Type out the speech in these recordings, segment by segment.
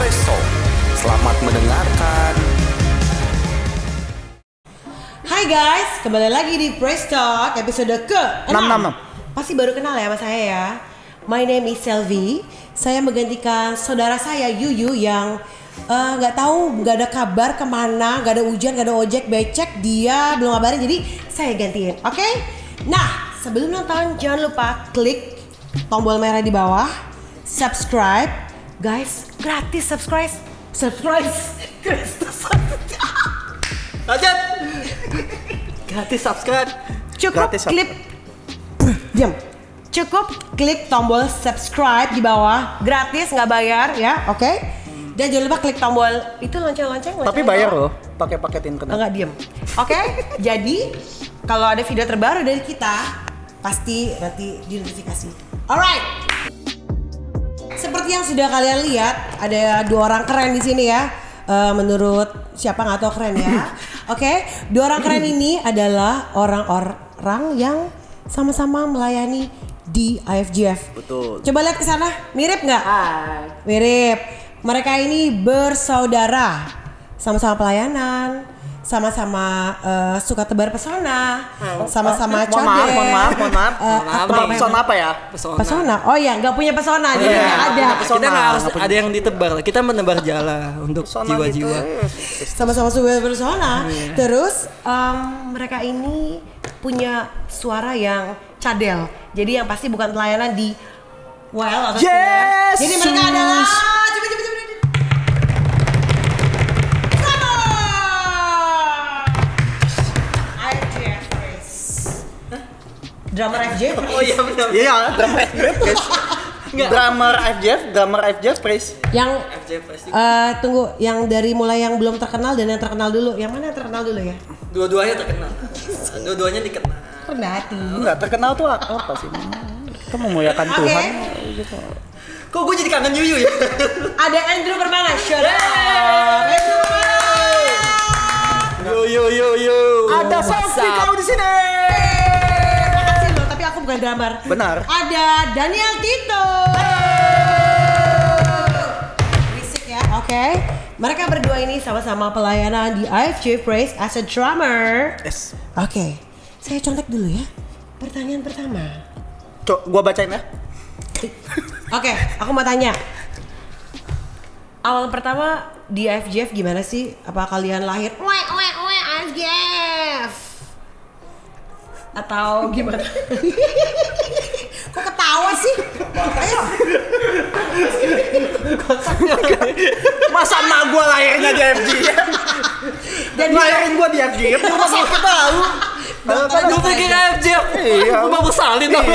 Presto. Selamat mendengarkan. Hai guys, kembali lagi di Presto episode ke-6. Pasti baru kenal ya sama saya ya. My name is Selvi. Saya menggantikan saudara saya Yuyu yang nggak tahu, nggak ada kabar kemana, nggak ada hujan, nggak ada ojek, becek, dia belum ngabarin, jadi saya gantiin, oke? Nah, sebelum nonton jangan lupa klik tombol merah di bawah, subscribe, guys, gratis subscribe, Lanjut. Gratis subscribe. cukup klik, diam. Cukup klik tombol subscribe di bawah, gratis, nggak bayar ya, oke? Dan jangan lupa klik tombol itu lonceng-lonceng. Tapi bayar loh, pakai paket internet. Enggak, diem. Oke? Jadi kalau ada video terbaru dari kita pasti nanti dinotifikasi. Alright. Seperti yang sudah kalian lihat, ada dua orang keren di sini ya. Menurut siapa nggak tahu keren ya. Oke, dua orang keren ini adalah orang-orang yang sama-sama melayani di IFJF. Betul. Coba lihat ke sana, mirip nggak? Mirip. Mereka ini bersaudara, sama-sama pelayanan, sama-sama suka tebar pesona, sama-sama cadel. Mohon maaf. Tebar pesona apa ya? Pesona. Oh ya, nggak punya pesona, jadi nggak ada. Kita nggak harus ada yang ditebar, kita menebar jala untuk jiwa-jiwa. Sama-sama suka pesona. Terus mereka ini punya suara yang cadel. Jadi yang pasti bukan pelayanan di WL atau Yes! Jadi mereka adalah drummer FJF. Oh iya benar. Iya, drummer FJF guys. Drummer FJF Praise. Yang FJ pasti. tunggu, yang dari mulai yang belum terkenal dan yang terkenal dulu. Yang mana yang terkenal dulu ya? Dua-duanya terkenal. Dua-duanya dikenal. Rendah hati. Enggak terkenal tuh apa sih? Kita memuliakan Tuhan. Gitu. Kok gue jadi kangen Yuyu ya? Ada Andrew Permana. Shut up. Yo. Ada Sofi kau di sini. Makasih loh, tapi aku bukan drummer. Benar. Ada Daniel Tito. Berisik ya. Oke. Mereka berdua ini sama-sama pelayanan di IFJ Praise as a drummer. Yes. Oke. Saya contek dulu ya. Pertanyaan pertama. Gua bacain ya. Oke, aku mau tanya. Awal pertama di IFJF gimana sih? Apa kalian lahir IFJF? Atau gimana? Kok ketawa sih? Ayo. Masa emak gua lahirnya di FJF? Dan lahirin gua di FJF, gua masa tahu. Gue pikir FJ. Iya. Gue mau salin tau.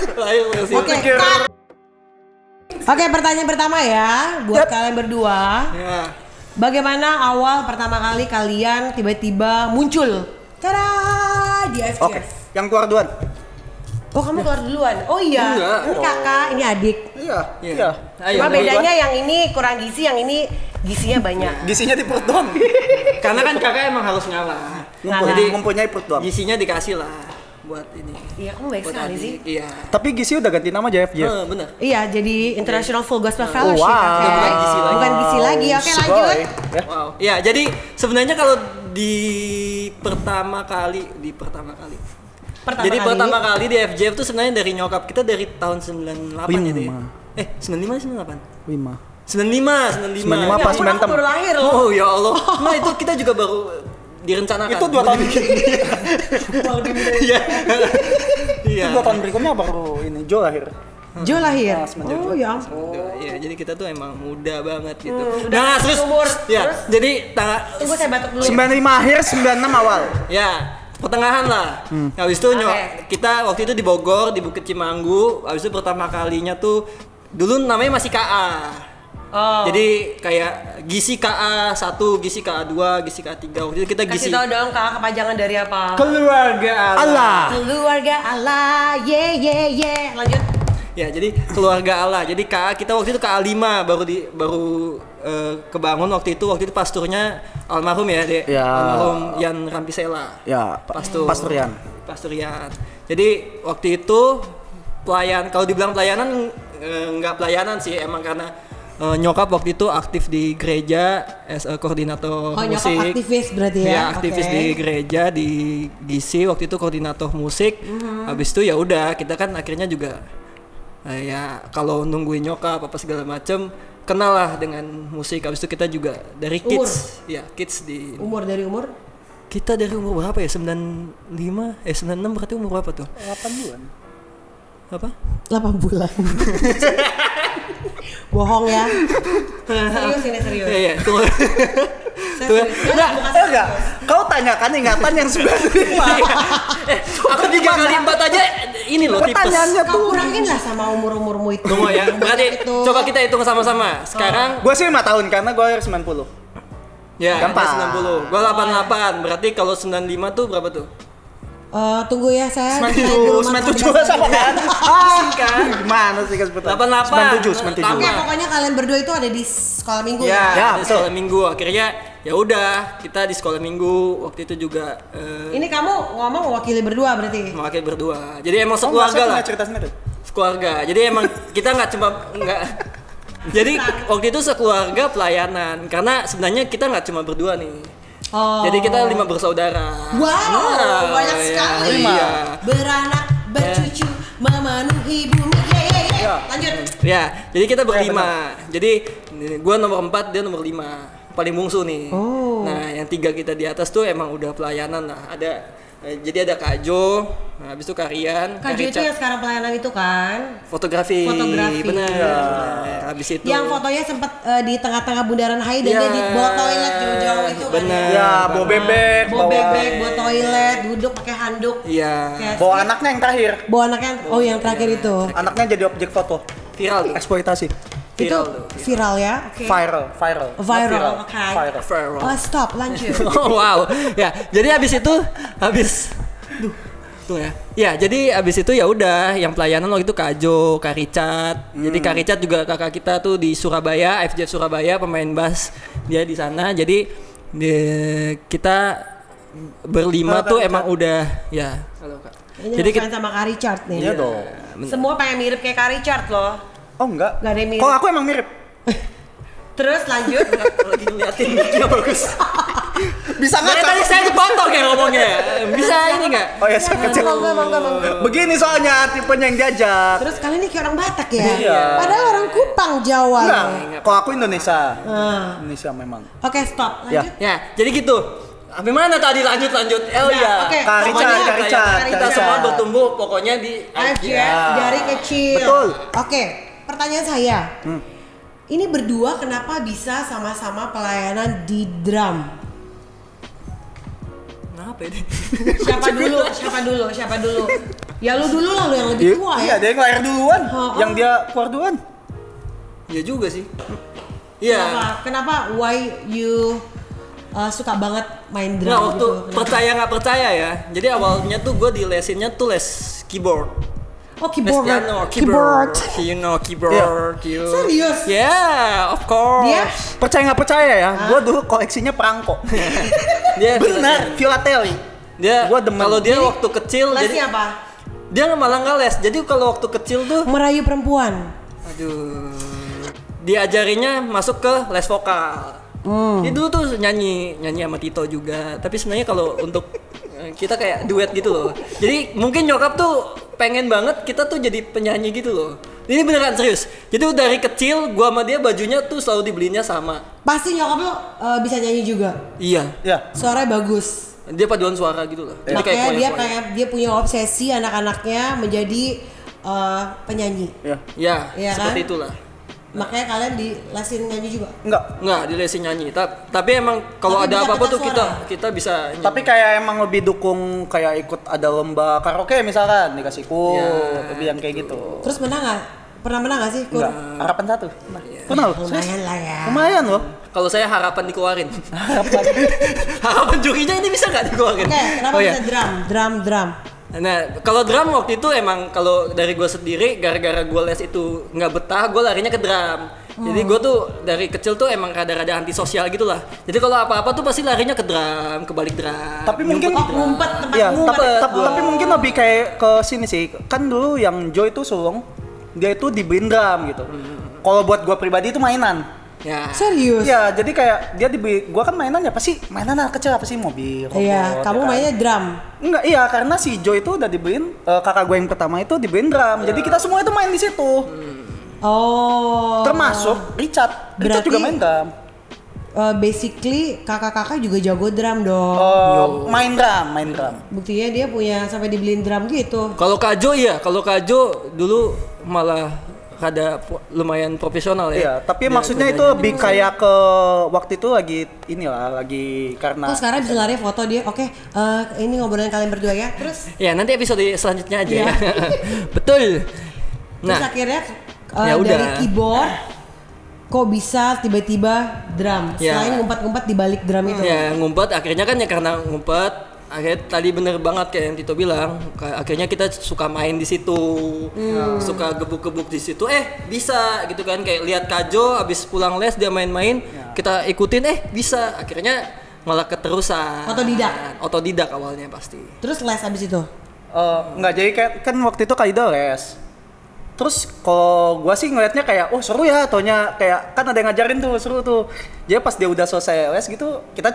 Oke, pertanyaan pertama ya buat kalian berdua. Ya. Bagaimana awal pertama kali kalian tiba-tiba muncul? Tada di IFJF. Oke, yang keluar duluan. Oh, kamu keluar duluan. Oh iya. Enggak. Ini kakak, ini adik. Iya. Ayo, Cuma bedanya yang ini kurang gizi, yang ini gizinya banyak. Gisinya di perut doang. Karena kan kakak emang harus ngalah. Ngalah. Jadi Mempunyai perut doang. gisinya dikasih lah buat ini. Iya, kamu baik Buat sekali adik. sih. Iya. Tapi Gisi udah ganti nama JFJ. Bener. Iya, jadi International Full Gospel Fellowship. wow. Oke. Bukan gizi lagi. Bukan gizi lagi. Oke, lanjut. Ya. Wow. Ya, jadi sebenarnya kalau di pertama kali pertama kali di FJF tuh sebenarnya dari nyokap kita dari tahun 98 ya deh. 95 Wima. 95 95 pas Aku mentem. baru lahir loh. Oh ya Allah. Nah itu kita juga baru direncanakan. Itu 2 tahun. Iya. Iya. Itu 2 tahun berikutnya baru ini Jo lahir. Jo lahir. Nah, semenjak Oh itu. ya ampun. Iya, jadi kita tuh emang muda banget gitu. udah Terus umur. ya, Terus? jadi Tunggu saya batuk dulu. 95 akhir, 96 awal. ya pertengahan lah. Habis itu Oke. kita waktu itu di Bogor, di Bukit Cimanggu. Habis itu pertama kalinya tuh dulu namanya masih KA. Oh. Jadi kayak Gisi KA 1, Gisi KA 2, Gisi KA 3. Waktu itu kita Kasih Gisi tau dong kakak kepanjangan dari apa? Keluarga Allah. Keluarga Allah. Ye. Lanjut. Ya, jadi keluarga Allah. Jadi KA kita waktu itu KA 5 baru kebangun waktu itu pasturnya almarhum ya, Dek. Ya. Almarhum Yan Rampisela. Ya, Pastor Yan. Jadi waktu itu kalau dibilang pelayanan nggak pelayanan sih, emang karena nyokap waktu itu aktif di gereja as a koordinator musik. Nyokap aktivis berarti ya? Ya, aktivis di gereja di GC waktu itu koordinator musik. Habis itu ya udah kita kan akhirnya juga ya kalau nungguin nyokap apa segala macem kenal lah dengan musik. Habis itu kita juga dari kids, kids di Dari umur? Kita dari umur berapa ya? 96 berarti umur berapa tuh? 8 bulan. Apa? 8 bulan. Bohong ya. Serius ini serius. Iya, tuh. Enggak. Kau tanyakan ingatan yang 95. Aku 3 kali 4 aja ini loh tipes. Pertanyaannya tuh. Kau kurangin lah sama umur-umurmu itu. Tunggu ya. Berarti coba kita hitung sama-sama. Sekarang Gua sih 5 tahun karena gua lahir 90. ya, gampang. 90. Gua 88. Berarti kalau 95 tuh berapa tuh? Tunggu ya saya. 97 sama kan? Gimana sih kan 88. 97. Oke, pokoknya kalian berdua itu ada di sekolah minggu Ya, di betul. sekolah minggu. Akhirnya ya udah kita di sekolah minggu waktu itu juga Ini kamu ngomong mewakili berdua berarti? mewakili berdua. Jadi emang sekeluarga lah. Cerita sendiri. Sekeluarga. Jadi emang kita nggak jadi waktu itu sekeluarga pelayanan karena sebenarnya kita nggak cuma berdua nih. Jadi kita 5 bersaudara. Wow, banyak sekali. Iya. Beranak, bercucu, memenuhi bumi. Lanjut. Ya, jadi kita berlima. Jadi gua nomor 4, dia nomor 5. Paling bungsu nih. Nah, yang 3 kita di atas tuh emang udah pelayanan lah. Jadi ada Kak Jo, nah, habis itu Karian, Kak Jo itu yang sekarang pelayanan itu kan? fotografi. Bener. Ya. Habis itu Yang fotonya sempat di tengah-tengah bundaran HI dan dia di bawah toilet jauh-jauh itu bener. kan? Ya, bawa bebek, Bawa bebek, bawa toilet, duduk pakai handuk. Iya. Kayak bawa anaknya yang terakhir. bawa anaknya, yang terakhir itu. Anaknya jadi objek foto. Viral tuh. Eksploitasi. Itu viral ya? Oke. Viral. Viral, oke. Viral. Stop, lanjut. Oh, wow. Ya, jadi habis tuh ya. Ya, jadi habis itu ya udah yang pelayanan waktu itu Kak Jo, Kak Richard. Jadi Kak Richard juga kakak kita tuh di Surabaya, FJ Surabaya, pemain bass. Dia di sana. Jadi kita berlima tuh emang udah ya. Halo, Kak. Jadi kita sama Kak Richard nih. Iya dong. Semua pengen mirip kayak Kak Richard loh. Oh enggak. Enggak ada yang mirip. Kok aku emang mirip? Terus lanjut. Lagi ngeliatin mic-nya bagus. Bisa Nah, tadi saya dipotong ya ngomongnya. Bisa ini enggak? Oh ya, saya kecil. Mangga. Begini soalnya tipenya yang diajak. Terus kalian ini kayak orang Batak ya? Iya. Padahal orang Kupang, Jawa. Enggak. Kok aku Indonesia. Nah. Indonesia memang. Oke, stop. Ya. Lanjut. Ya, jadi gitu. Sampai mana tadi lanjut? Oh iya. Oke. Kak Richard. Kita semua bertumbuh pokoknya di FGF dari kecil. Betul. Oke, pertanyaan saya. Ini berdua kenapa bisa sama-sama pelayanan di drum? Kenapa ini? Siapa dulu? Ya lu dulu lah, lu yang lebih tua Iya, ya. dia yang lahir duluan. Yang dia keluar duluan. Ya juga sih. Iya. Kenapa? Why you suka banget main drum? Nah, waktu gitu? Kenapa? percaya nggak percaya ya. Jadi awalnya tuh gue di lesinnya tuh les keyboard. Oh, Les keyboard. piano, Keyboard. You know keyboard. Serius? Yeah, of course. Dia Percaya nggak percaya ya? Gue dulu koleksinya perangko. Dia Benar, filateli. Dia Gua demen. kalau dia waktu kecil lesnya jadi apa? dia malah nggak les. Jadi kalau waktu kecil tuh Merayu perempuan. aduh, diajarinya masuk ke les vokal. Dia dulu tuh nyanyi sama Tito juga. Tapi sebenarnya kalau untuk kita kayak duet gitu loh. Jadi mungkin nyokap tuh pengen banget kita tuh jadi penyanyi gitu loh. Ini beneran serius. Jadi dari kecil gua sama dia bajunya tuh selalu dibelinya sama. Pasti nyokap lo bisa nyanyi juga. Iya. Ya. Suaranya bagus. Dia paduan suara gitu loh. Jadi Makanya dia punya obsesi anak-anaknya menjadi penyanyi. Ya. Ya, Iya seperti kan? itulah. Makanya kalian di lesin nyanyi juga. Enggak. Di lesin nyanyi. Tapi emang kalau Tapi ada bisa apa-apa peta tuh suara. kita bisa nyanyi. Tapi kayak emang lebih dukung kayak ikut ada lomba karaoke misalkan dikasih ikut, Ya, lebih yang kayak gitu. Terus menang nggak? Pernah menang nggak sih? Kur? Enggak, harapan 1. Kenal? Lumayan lah ya. Lumayan loh. Kalau saya harapan dikeluarin. Harapan jurinya ini bisa nggak dikeluarin? Oke, kenapa iya. bisa drum? Nah, kalau drum waktu itu emang kalau dari gue sendiri gara-gara gue les itu nggak betah, gue larinya ke drum. Jadi gue tuh dari kecil tuh emang rada-rada antisosial gitu lah. Jadi kalau apa-apa tuh pasti larinya ke drum, ke balik drum. Tapi mungkin Ngumpet tempat ya, ngumpet. tapi mungkin lebih kayak ke sini sih. Kan dulu yang Joy itu sulung, dia itu dibeliin drum gitu. kalau buat gua pribadi itu mainan. Ya. Serius? Iya, jadi kayak dia gua kan mainan ya pasti mainan anak kecil apa sih, mobil, robot. Iya, kamu ya kan? mainnya drum. Enggak, iya karena si Joe itu udah dibeliin kakak gue yang pertama itu dibeliin drum. Jadi kita semua itu main di situ. Oh. Termasuk Richard. Richard Berarti- juga main drum. Basically kakak-kakak juga jago drum dong. Main drum. Buktinya dia punya sampai dibeliin drum gitu. Kalau Kajo iya, kalau Kajo dulu malah ada lumayan profesional ya. Iya, tapi Dia maksudnya itu kerjanya lebih di- kayak ke waktu itu lagi karena Terus sekarang bisa lari foto dia. Oke, ini ngobrolin kalian berdua ya. Terus Ya nanti episode selanjutnya aja Iya. ya. Betul. terus Nah, akhirnya ya udah. dari keyboard kok bisa tiba-tiba drum. Ya. Selain ngumpet-ngumpet di balik drum itu. ya ngumpet akhirnya kan ya karena ngumpet akhirnya tadi bener banget kayak yang Tito bilang akhirnya kita suka main di situ suka gebuk-gebuk di situ bisa gitu kan kayak lihat Kajo abis pulang les dia main-main kita ikutin bisa akhirnya malah keterusan otodidak awalnya pasti Terus les abis itu. enggak, jadi kayak kan waktu itu Kaido les. Terus kalau gua sih ngeliatnya kayak seru ya, taunya kayak kan ada yang ngajarin tuh, seru tuh. Jadi pas dia udah selesai les gitu, kita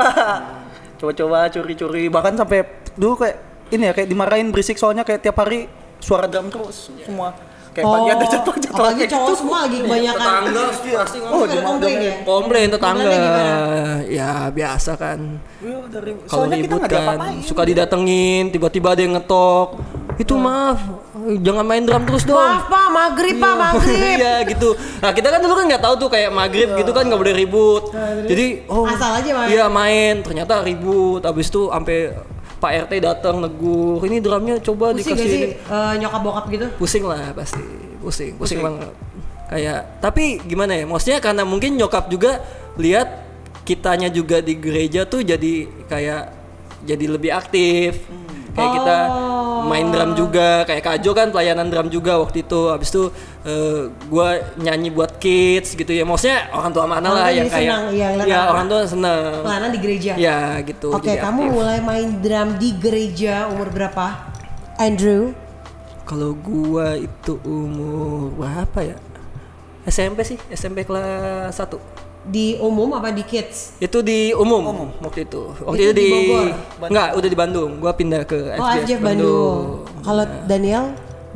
coba-coba curi-curi, bahkan sampai dulu kayak ini ya kayak dimarahin berisik soalnya kayak tiap hari suara drum terus semua. Kayak pagi ada jadwal-jadwal apalagi kayak cowok gitu. semua lagi kebanyakan. tetangga pasti Bukan komplain ya? komplain tetangga Komplainnya gimana? ya biasa kan Iya, kalau soalnya kita ribut nggak kan diapa-apain. suka didatengin tiba-tiba ada yang ngetok itu maaf jangan main drum terus dong Maaf pak, maghrib pak, maghrib. iya gitu nah kita kan dulu kan nggak tahu tuh kayak maghrib gitu kan nggak boleh ribut jadi Asal aja main. iya main ternyata ribut abis itu sampai Pak RT datang negur ini drumnya coba Pusing gak dikasih sih ini." nyokap bokap gitu? Pusing lah pasti pusing banget kayak tapi gimana ya maksudnya karena mungkin nyokap juga lihat kitanya juga di gereja tuh jadi kayak jadi lebih aktif kayak kita main drum juga kayak Kajo kan pelayanan drum juga waktu itu habis itu gue nyanyi buat kids gitu ya maksudnya orang tua mana Orang lah tua yang jadi kayak senang, iya, ngeliat ya anak-anak. orang tua seneng Pelayanan di gereja. ya gitu Oke, jadi kamu aktif. mulai main drum di gereja umur berapa? Andrew? Kalau gua itu umur berapa ya? SMP sih, SMP kelas 1. Di umum apa di kids? Itu di umum waktu itu. Waktu Itu itu di di Bogor? enggak, udah di Bandung. Gua pindah ke Oh, FJF FJF Bandung. Kalau Daniel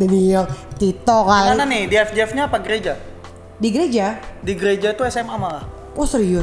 Tito kali. Mana nih, di FJF-nya apa gereja? Di gereja? Di gereja itu SMA malah. Oh serius?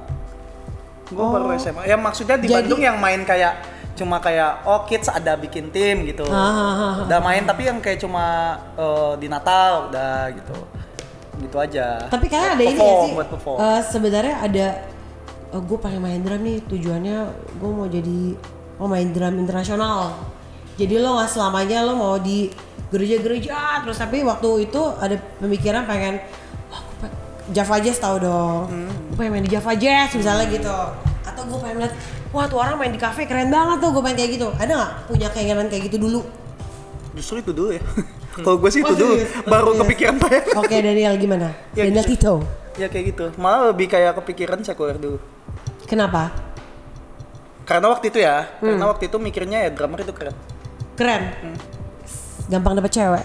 Gue baru SMA. Ya maksudnya di Jadi- Bandung yang main kayak cuma kayak kids ada bikin tim gitu. Udah main tapi yang kayak cuma di Natal udah gitu. Gitu aja. Tapi kalian ada ini ya Perform, sih? buat perform. Sebenarnya ada gue pengen main drum nih, tujuannya gue mau jadi main drum internasional. Jadi lo nggak selamanya lo mau di gereja-gereja terus, tapi waktu itu ada pemikiran pengen Java Jazz tau dong. Gue pengen main di Java Jazz misalnya gitu. Atau gue pengen lihat, wah tuh orang main di cafe keren banget tuh, gue pengen kayak gitu. Ada nggak punya keinginan kayak gitu dulu? Justru itu dulu ya. Kalau gue sih itu dulu, serius? baru Serius. kepikiran banget. Oke, Daniel gimana? Ya, Daniel gitu. Tito. Ya kayak gitu. Malah lebih kayak kepikiran sekuler dulu. Kenapa? Karena waktu itu karena waktu itu mikirnya ya drummer itu keren. Keren. Gampang dapet cewek.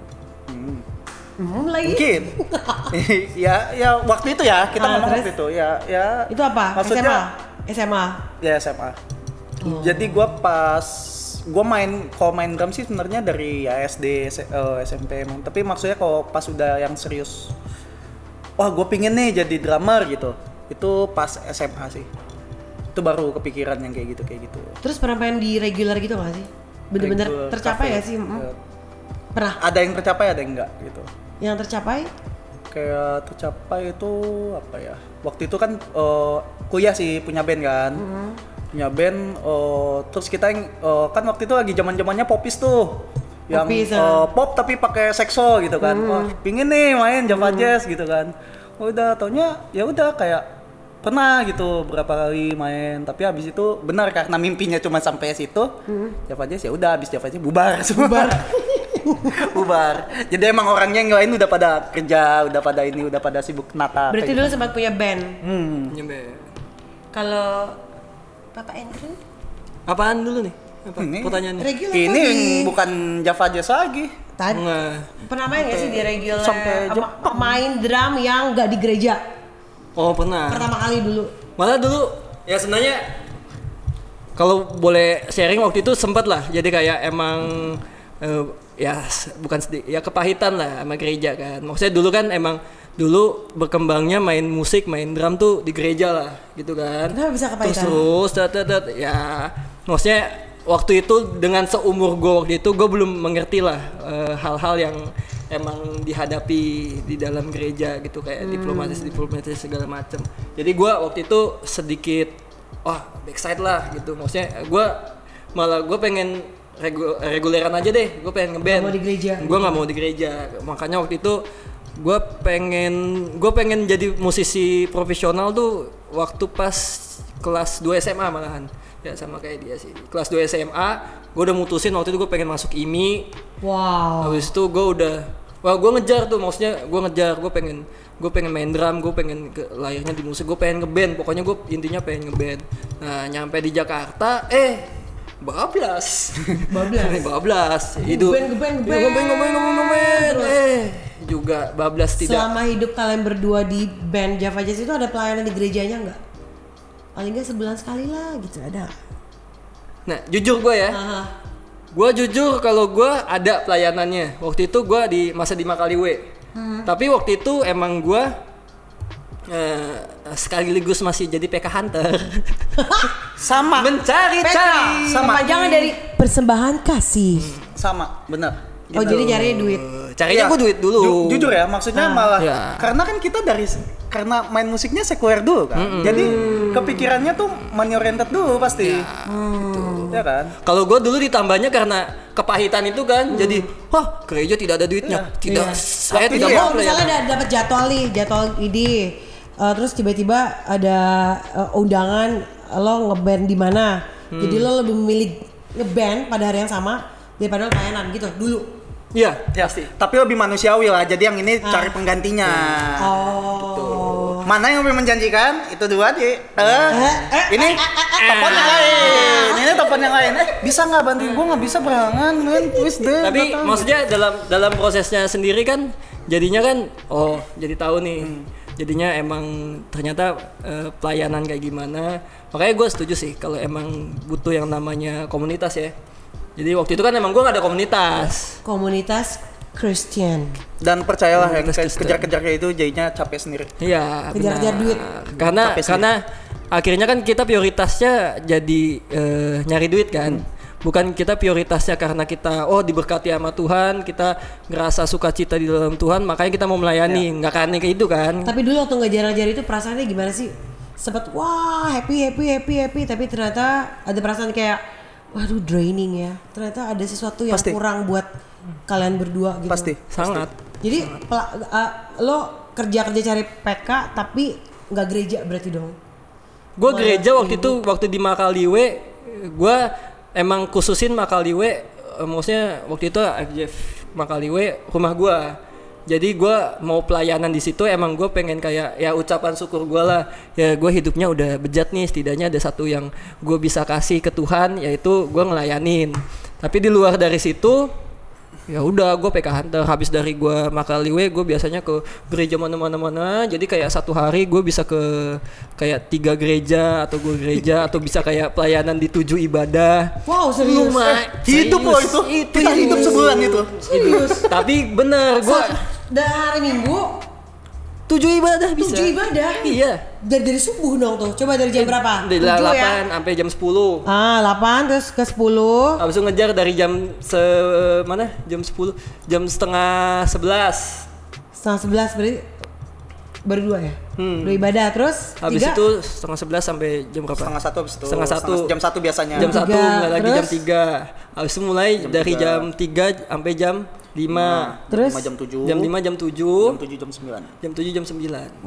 Lagi. Mungkin. ya waktu itu ya kita Ah, ngomong terus? waktu itu ya. Itu apa? Maksudnya SMA. ya SMA. Jadi gue main drum sih sebenarnya dari ya SD, SMP emang. Tapi maksudnya kalau pas udah yang serius, wah gue pingin nih jadi drummer gitu. Itu pas SMA sih. Itu baru kepikiran yang kayak gitu. Terus pernah main di regular gitu gak sih? Bener-bener Regular tercapai cafe. gak sih? Ya, Pernah? ada yang tercapai, ada yang enggak gitu. Yang tercapai? Kayak tercapai itu apa ya? Waktu itu kan kuliah sih, punya band kan. Punya band, terus kita yang kan waktu itu lagi zaman-zamannya popis tuh. Yang Popis, ya. pop tapi pakai sekso gitu kan. Wah, pingin nih main Java Jazz gitu kan. Udah taunya ya udah kayak pernah gitu berapa kali main, tapi habis itu benar karena mimpinya cuma sampai situ. Java Jazz ya udah habis Java Jazz bubar semua. Bubar. Jadi emang orangnya yang lain udah pada kerja, udah pada sibuk nata. Berarti kayak dulu gitu. sempat punya band. Nyampe. Kalau Bapak Andrew? Apaan dulu nih? Apa Ini. pertanyaannya? Regular Ini tadi. yang bukan Java Jazz lagi. Pernah main nggak sih di reguler sampai Jepang. main drum yang nggak di gereja? Oh pernah. Pertama kali dulu. Malah dulu ya sebenarnya kalau boleh sharing waktu itu sempat lah. Jadi kayak emang bukan sedih, ya kepahitan lah sama gereja kan. Maksudnya dulu kan emang dulu berkembangnya main musik, main drum tuh di gereja lah gitu kan. Kenapa bisa kepahitan? Terus ya maksudnya waktu itu dengan seumur gue waktu itu gue belum mengerti lah hal-hal yang emang dihadapi di dalam gereja gitu kayak diplomatis segala macam. Jadi gue waktu itu sedikit backside lah gitu. Maksudnya gue pengen reguleran aja deh. Gue pengen ngeband. Gak mau di gereja. Gue nggak mau di gereja. Makanya waktu itu gue pengen jadi musisi profesional tuh waktu pas kelas 2 SMA malahan. Ya sama kayak dia sih. Kelas 2 SMA, gue udah mutusin waktu itu gue pengen masuk IMI. Wow. Habis itu gue ngejar tuh, maksudnya gue pengen main drum, gue pengen lahirnya di musik, gue pengen ngeband. Pokoknya gue intinya pengen ngeband. Nah, nyampe di Jakarta, bablas. Itu ngeband. Juga bablas tidak. Selama hidup kalian berdua di band Java Jazz itu ada pelayanan di gerejanya nggak? Paling nggak sebulan sekali lah gitu ada. Nah jujur gue ya, gue jujur kalau gue ada pelayanannya. Waktu itu gue di Makaliwe. Tapi waktu itu emang gue sekaligus masih jadi PK Hunter. Sama. Mencari-cari. Kepanjangan dari persembahan kasih. Sama, benar. Oh jadi nyari duit. Carinya gue duit dulu. Jujur ya, maksudnya malah karena kan kita karena main musiknya sekuler dulu kan. Jadi kepikirannya tuh money oriented dulu pasti. Ya kan? Kalau gue dulu ditambahnya karena kepahitan itu kan, jadi gereja tidak ada duitnya. Saya tidak mau. Misalnya dapat jadwal ini, terus tiba-tiba ada undangan lo ngeband di mana, jadi lo lebih memilih ngeband pada hari yang sama daripada pelayanan gitu dulu. Iya, pasti. Tapi lebih manusiawi lah. Jadi yang ini cari penggantinya. Gitu. Mana yang lebih menjanjikan? Itu dua aja. Ini telepon yang lain. Ini telepon yang lain. Bisa nggak bantuin gue? Nggak bisa berangan, men. Please deh. Tapi maksudnya dalam prosesnya sendiri kan, jadinya kan, jadi tahu nih. Jadinya emang ternyata pelayanan kayak gimana. Makanya gue setuju sih kalau emang butuh yang namanya komunitas ya. Jadi waktu itu kan emang gue gak ada komunitas Christian. Dan percayalah yang kejar-kejar kayak itu jadinya capek sendiri. Iya, kejar-kejar duit. Karena akhirnya kan kita prioritasnya jadi nyari duit kan. Bukan kita prioritasnya karena kita diberkati sama Tuhan, kita ngerasa sukacita di dalam Tuhan, makanya kita mau melayani. Nggak karena kayak itu kan. Tapi dulu waktu ngejar-ngejar itu perasaannya gimana sih? Sempet happy, tapi ternyata ada perasaan kayak waduh draining ya. Ternyata ada sesuatu yang kurang buat kalian berdua gitu. Pasti. Sangat. Jadi lo kerja cari PK tapi nggak gereja berarti dong? Gue gereja waktu di Makaliwe, gue emang khususin Makaliwe, maksudnya waktu itu FJF Makaliwe rumah gue. Jadi gue mau pelayanan di situ, emang gue pengen kayak ya ucapan syukur gue lah. Ya gue hidupnya udah bejat nih, setidaknya ada satu yang gue bisa kasih ke Tuhan, yaitu gue ngelayanin. Tapi di luar dari situ, ya udah gue PK Hunter. Habis dari gue Makaliwe, gue biasanya ke gereja mana. Jadi kayak satu hari gue bisa ke kayak 3 gereja atau 2 gereja atau bisa kayak pelayanan di 7 ibadah. Wow, serius. Hidup loh itu. Kita hidup sebulan itu. Serius. Tapi bener gue dari hari Minggu 7 ibadah bisa. 7 ibadah? Iya. Dari subuh dong tuh. Coba dari jam berapa? Dari 8 sampai jam 10. 8 terus ke 10. Habis itu ngejar dari jam Jam 10. Jam setengah 11. Setengah 11 berarti baru 2 ya? 2 ibadah terus habis 3? itu setengah 11 sampai jam berapa? Setengah 1 habis itu. Setengah 1. Jam 1 biasanya. Jam 1 mulai lagi jam 3. Terus? Habis itu mulai dari jam 3 sampai jam 5. Terus? Jam 7. Jam 5 jam 7. Jam 7 jam 9. Jam 7 jam 9.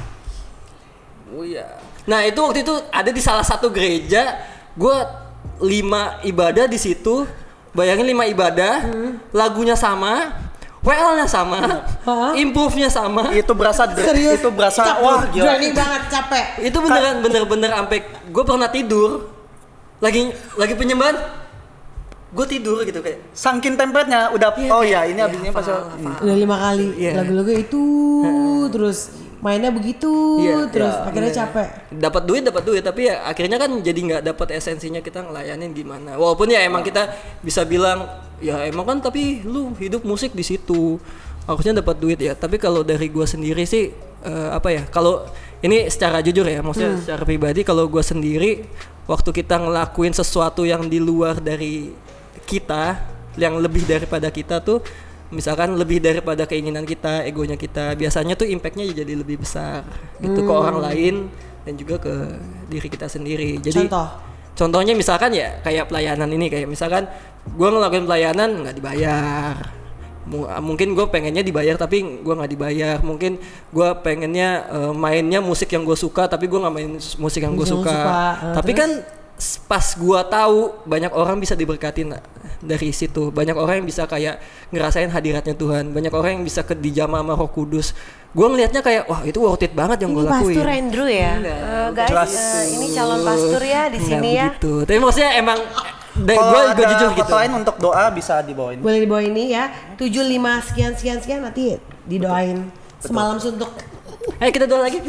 Oh iya. Nah, itu waktu itu ada di salah satu gereja, gue 5 ibadah di situ. Bayangin 5 ibadah, lagunya sama, WL-nya sama, improve-nya sama. Itu berasa Serius? Itu berasa wah gila. Draining banget, capek. Itu bener-bener sampai gue pernah tidur. Lagi penyembahan. gue tidur gitu kayak Sangkin tempretnya udah ini abisnya pas Udah 5 kali lagu-lagu itu terus mainnya begitu terus akhirnya capek. dapat duit tapi ya akhirnya kan jadi nggak dapat esensinya kita ngelayanin gimana. Walaupun ya emang kita bisa bilang ya emang kan tapi lu hidup musik di situ harusnya dapat duit ya. Tapi kalau dari gue sendiri sih kalau ini secara jujur ya, maksudnya secara pribadi kalau gue sendiri waktu kita ngelakuin sesuatu yang di luar dari kita, yang lebih daripada kita tuh, misalkan lebih daripada keinginan kita, egonya kita, biasanya tuh impactnya jadi lebih besar gitu ke orang lain dan juga ke diri kita sendiri. Jadi contohnya misalkan ya kayak pelayanan ini, kayak misalkan gue ngelakuin pelayanan nggak dibayar. Mungkin gue pengennya dibayar tapi gue nggak dibayar. Mungkin gue pengennya mainnya musik yang gue suka tapi gue nggak main musik yang gue suka. Tapi kan pas gue tahu banyak orang bisa diberkatin dari situ, banyak orang yang bisa kayak ngerasain hadiratnya Tuhan, banyak orang yang bisa dijamah sama Roh Kudus. Gue ngelihatnya kayak wah itu worth it banget yang gue lakuin. Ini Pastor Andrew ya, guys. Ini calon pastor ya di sini ya. Begitu. Tapi maksudnya emang gue jujur gitu. Fotoin untuk doa bisa dibawain. Boleh dibawain ini ya. 75 sekian nanti didoain. Betul. Semalam suntuk. Ayo kita doa lagi.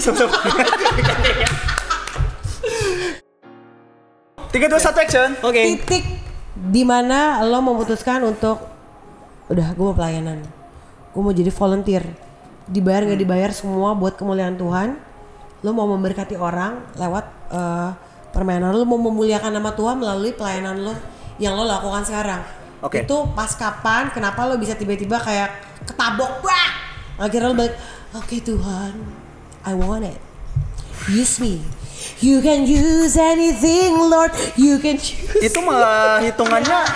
3, 2, 1 action. Oke. Titik dimana lo memutuskan untuk udah gue mau pelayanan, gue mau jadi volunteer, dibayar nggak dibayar semua buat kemuliaan Tuhan. Lo mau memberkati orang lewat permainan, lo mau memuliakan nama Tuhan melalui pelayanan lo yang lo lakukan sekarang. Itu pas kapan, kenapa lo bisa tiba-tiba kayak ketabok, wah akhirnya lo balik, oke Tuhan, I want it, use me. You can use anything, Lord. You can choose. Itu malah hitungannya.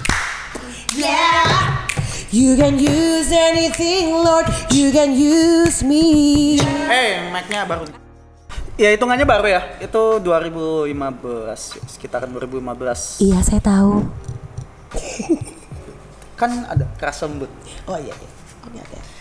Yeah. You can use anything, Lord. You can use me. Mic-nya baru. Ya hitungannya baru ya. Itu 2015, sekitaran 2015. Iya, saya tahu. Kan ada keras lembut. Oh iya. Oke.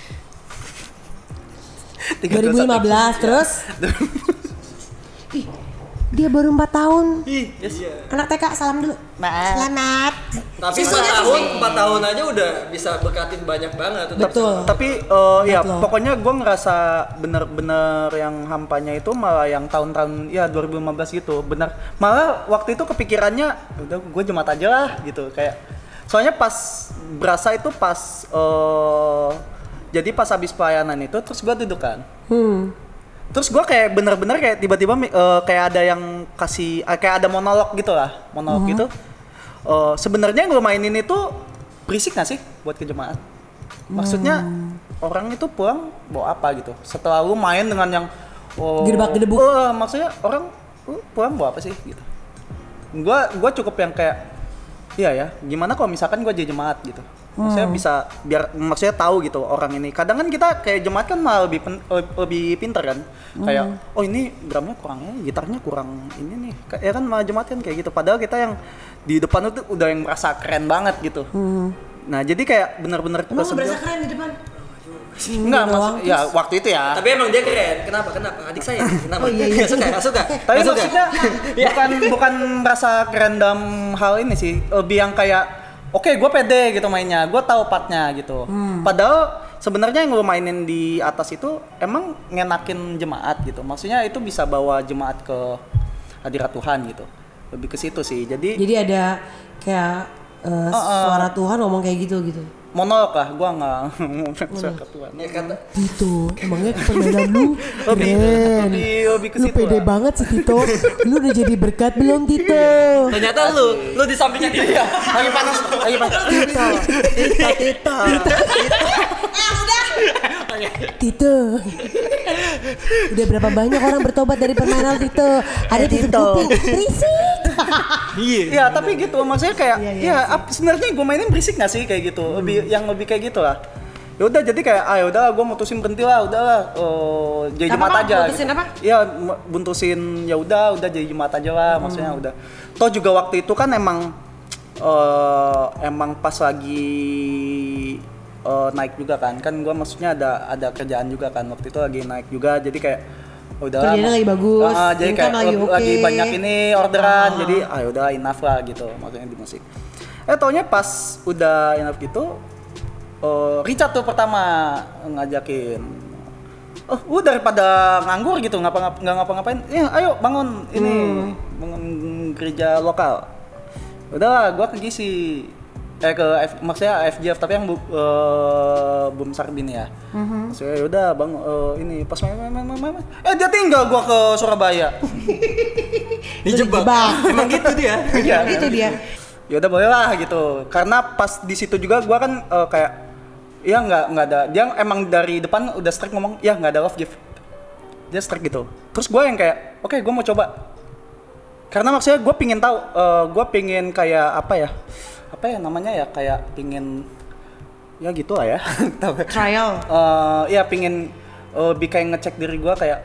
2015 terus. Ih, dia baru 4 tahun. Anak TK, salam dulu. Selamat. Tapi 4 tahun aja udah bisa berkatin banyak banget. Betul. Tapi pokoknya gue ngerasa bener-bener yang hampanya itu malah yang tahun-tahun 2015 gitu. Bener. Malah waktu itu kepikirannya udah gue jemaat aja lah gitu kayak. Soalnya pas berasa itu pas jadi pas habis pelayanan itu terus gue duduk kan. Terus gue kayak bener-bener kayak tiba-tiba kayak ada yang kasih kayak ada monolog gitu lah, gitu. Sebenarnya yang gue mainin itu berisik nggak sih buat ke jemaat? Maksudnya orang itu pulang bawa apa gitu? Setelah lu main dengan yang gedebak-gedebuk. Maksudnya orang pulang bawa apa sih gitu? Gue cukup yang kayak iya ya, gimana kalau misalkan gue jadi jemaat gitu? Maksudnya bisa biar maksudnya tahu gitu orang ini. Kadang kan kita kayak jemaat kan malah lebih pintar kan. Kayak ini drumnya kurangnya, gitarnya kurang ini nih. Ya kan malah jemaat kan kayak gitu. Padahal kita yang di depan itu udah yang merasa keren banget gitu. Nah, jadi kayak benar-benar emang lo berasa keren di depan? Enggak, ya waktu itu ya. Tapi emang dia keren. Kenapa? Adik saya. Kenapa? Iya. Nggak suka. Tapi maksudnya bukan merasa keren dalam hal ini sih. Lebih yang kayak oke, gue pede gitu mainnya, gue tahu partnya gitu. Padahal sebenarnya yang gue mainin di atas itu emang ngenakin jemaat gitu. Maksudnya itu bisa bawa jemaat ke hadirat Tuhan gitu. Lebih ke situ sih. Jadi ada kayak suara Tuhan ngomong kayak gitu. Monolog lah, gue nggak ngomong suara Tuhan. Ya kata Tito, emangnya permainan lu keren. Lebih ke Lu situ pede lah. banget sih Tito. Lu udah jadi berkat belum Tito? ternyata lu di sampingnya dia. Lagi panas. Tito. Tito. Udah berapa banyak orang bertobat dari permainan Tito? Ada tutup kuping, berisik. Iya, tapi gitu maksudnya kayak sebenarnya gue mainin berisik nggak sih kayak gitu. Lebih kayak gitu lah. Ya udah jadi kayak ya udah gue mutusin berhenti lah, udahlah jadi jemaat aja. Mutusin apa? Iya, buntusin ya udah jadi jemaat aja lah, maksudnya udah. Toh juga waktu itu kan emang pas lagi naik juga kan gue maksudnya ada kerjaan juga kan waktu itu lagi naik juga, jadi kayak udah kerjanya lagi bagus, jadi kayak lagi lagi banyak ini orderan, jadi udah enough lah gitu maksudnya di musik. Taunya pas udah enough gitu, Richard tuh pertama ngajakin. Daripada nganggur gitu, nggak ngapa-ngapain, ayo bangun ini, bangun gereja lokal. Udah, gua ke GC, maksudnya FGF tapi yang Bum Sarbin ya. Maksudnya udah bang, ini pas main, dia tinggal gua ke Surabaya. Dijebak. Emang gitu dia. Iya, gitu dia. Ya udah boleh lah gitu, karena pas di situ juga gua kan kayak ya nggak ada, dia emang dari depan udah strike ngomong ya nggak ada love gift, dia strike gitu. Terus gua yang kayak oke, gua mau coba, karena maksudnya gua pingin tahu, gua pingin kayak apa ya namanya ya, kayak pingin ya gitu lah ya. Trial. Ya pingin kayak ngecek diri gua kayak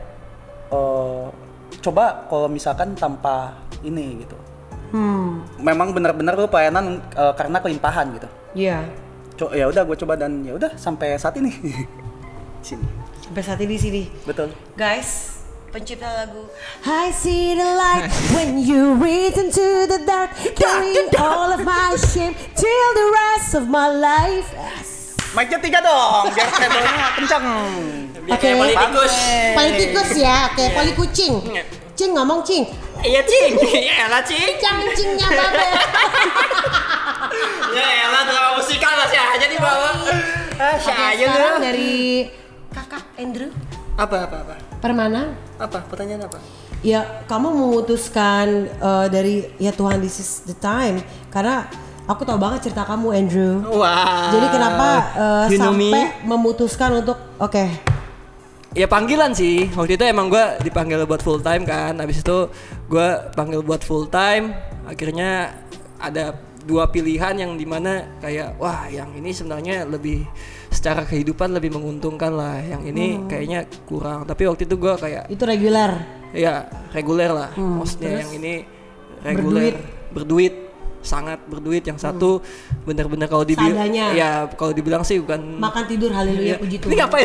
coba kalau misalkan tanpa ini gitu. Memang benar-benar lu pelayanan karena kelimpahan gitu. Iya. Ya udah gue coba dan ya udah sampai saat ini. Sini. Sampai saat ini sini. Betul. Guys, pencipta lagu I see the light when you reach into the dark, carrying all of my shame till the rest of my life. Mic-nya 3 dong, biar treble-nya kencang. Oke. Pali tikus ya, oke, pali kucing. Cing ngomong cing. Iya Cing, elah Cing. Jangan cingnya babe. Ya elah drama musikal lah sih aja di bawah. Sekarang dari kakak Andrew. Apa? Permana. Apa? Pertanyaan apa? Ya, kamu memutuskan dari ya Tuhan, this is the time, karena aku tahu banget cerita kamu Andrew. Wah. Jadi kenapa You know me? sampai memutuskan untuk Ya panggilan sih, waktu itu emang gue dipanggil buat full time kan. Habis itu gue panggil buat full time. Akhirnya ada 2 pilihan yang dimana kayak wah yang ini sebenarnya lebih secara kehidupan lebih menguntungkan lah. Yang ini kayaknya kurang. Tapi waktu itu gue kayak itu reguler. ya reguler lah. Maksudnya yang ini reguler, berduit, sangat berduit. Yang satu benar-benar kalau dibilang Seadanya. ya kalau dibilang sih bukan Makan tidur haleluya puji Tuhan. ini ngapain?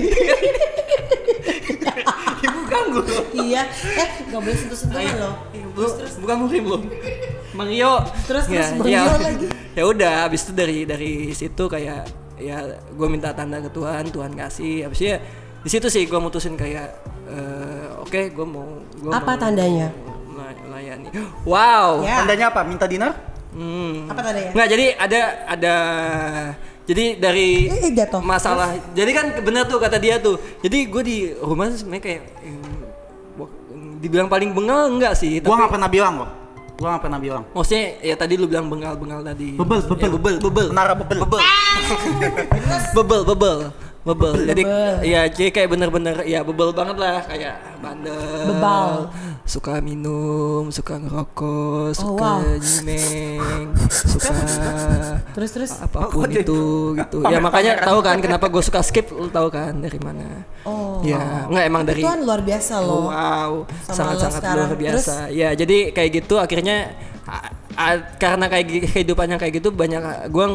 Ibu ganggu. Iya, nggak boleh sentuh-sentuhan loh. Terus bukan murim belum. Bang Rio. Terus Bang Rio lagi. Ya udah, habis itu dari situ kayak ya gue minta tanda ke Tuhan kasih. Habis itu ya di situ sih gue mutusin kayak oke, gue mau Apa tandanya? melayani. Wow. Ya. Tandanya apa? Minta dinner? Apa tandanya? Nggak, jadi ada jadi dari jatuh. masalah. Jadi kan benar tuh kata dia tuh. Jadi gue di rumah sebenarnya kayak dibilang paling bengal enggak sih? Gua nggak pernah bilang kok. Gua nggak pernah bilang. Maksudnya ya tadi lu bilang bengal tadi. Bebel. Menara bebel. Bebel. Jadi ya kayak bener-bener ya bebel banget lah, kayak bandel. Bebal. Suka minum, suka ngerokok, suka wow. nyimeng, suka Terus apapun itu gitu. Ya makanya tahu kan kenapa gue suka skip, lu tahu kan dari mana? Ya nggak emang dari Tuhan luar biasa loh. Wow, Sama sangat-sangat lo sekarang. luar biasa. Ya jadi kayak gitu akhirnya karena kayak kehidupannya kayak gitu banyak gue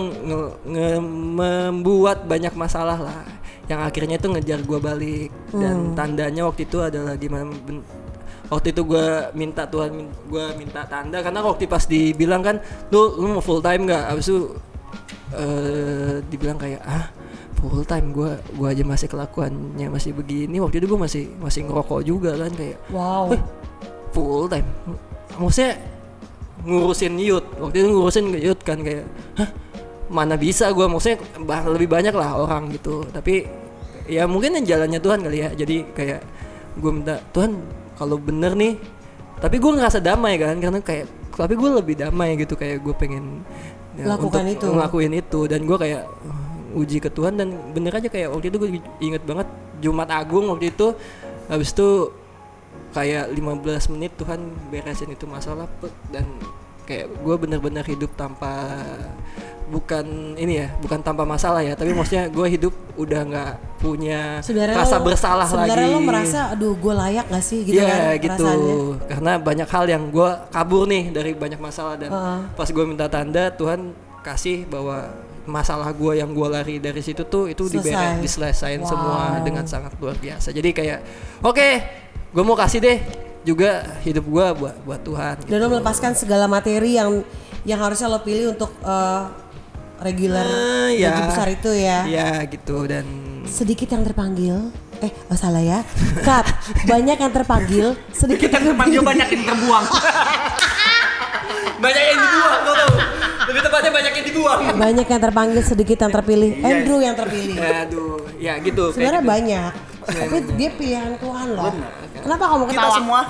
membuat banyak masalah lah yang akhirnya itu ngejar gue balik. Dan tandanya waktu itu adalah gimana, waktu itu gue minta Tuhan, gue minta tanda karena waktu pas dibilang kan lu mau full time nggak, abis itu dibilang kayak full time, gue aja masih kelakuannya masih begini. Waktu itu gue masih ngerokok juga kan, kayak wow. Full time maksudnya ngurusin youth, waktu itu ngurusin youth kan, kayak mana bisa gue, maksudnya lebih banyak lah orang gitu. Tapi ya mungkin yang jalannya Tuhan kali ya. Jadi kayak gue minta Tuhan kalau bener nih, tapi gue ngerasa damai kan, karena kayak tapi gue lebih damai gitu, kayak gue pengen Lakukan untuk itu. ngelakuin itu. Dan gue kayak uji ke Tuhan, dan bener aja kayak waktu itu gue inget banget Jumat Agung waktu itu, habis itu kayak 15 menit Tuhan beresin itu masalah, dan kayak gue bener-bener hidup tanpa, bukan ini ya, bukan tanpa masalah ya, tapi maksudnya gue hidup udah nggak punya rasa bersalah lagi. Sebenarnya lo merasa, aduh gue layak gak sih gitu ya, kan gitu. Karena banyak hal yang gue kabur nih dari banyak masalah, dan pas gue minta tanda, Tuhan kasih bahwa masalah gue yang gue lari dari situ tuh itu diselesain semua dengan sangat luar biasa. Jadi kayak oke, gue mau kasih deh juga hidup gue buat Tuhan. Dan lo melepaskan segala materi yang harusnya lo pilih untuk regular Ya. gaji besar itu ya. Ya gitu dan Sedikit yang terpanggil. Salah ya. Cut. Banyak yang terpanggil, sedikit yang terpanggil. banyak yang terbuang. banyak yang dibuang lo tau. Lebih tepatnya banyak yang dibuang. Banyak yang terpanggil, sedikit yang terpilih. Andrew yang terpilih. Aduh, ya gitu. Sebenarnya kayak gitu. banyak. Tapi dia pilihan Tuhan loh. Kenapa kamu Kita ketawa? semua.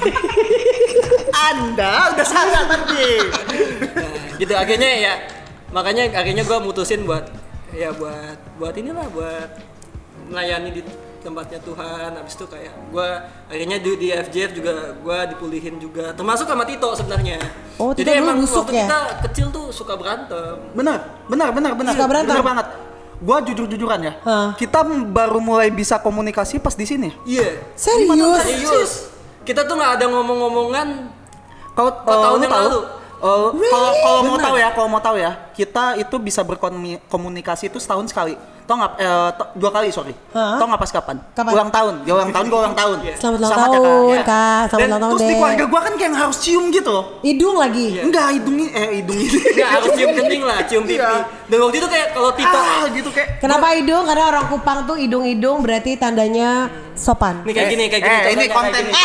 Anda udah salah tadi. Nah, gitu akhirnya ya. Makanya akhirnya gue mutusin buat inilah buat melayani di tempatnya Tuhan. Habis itu kayak gue akhirnya di FJF juga gue dipulihin juga, termasuk sama Tito sebenarnya. Oh, Tito jadi dulu emang busuk waktu ya? kita kecil tuh suka berantem. Benar. Suka berantem? Benar banget. Gua jujur-jujuran ya. Hah. Kita baru mulai bisa komunikasi pas di sini. Iya. Serius? Kita tuh nggak ada ngomong-ngomongan. Kalau tahun lu yang tahu? lalu. Kalau mau Benar. tahu ya, kita itu bisa berkomunikasi itu setahun sekali. Tau nggak? 2 kali sorry. Hah? Tau nggak pas kapan? Kapan? Ulang tahun. Dia ulang tahun, gua ulang tahun. Selamat ulang Sama aja, tahun, Kak. Kak. Selamat Dan ulang tahun terus di deh. keluarga gua kan kayak harus cium gitu. Hidung lagi. Enggak, hidung ini. Nggak harus cium kening lah, cium pipi. Iya. Dan waktu itu kayak kalau Tito, gitu kayak. Kenapa hidung? Karena orang Kupang tuh hidung-hidung berarti tandanya sopan. nih kayak gini, ini contohnya kayak konten. gini.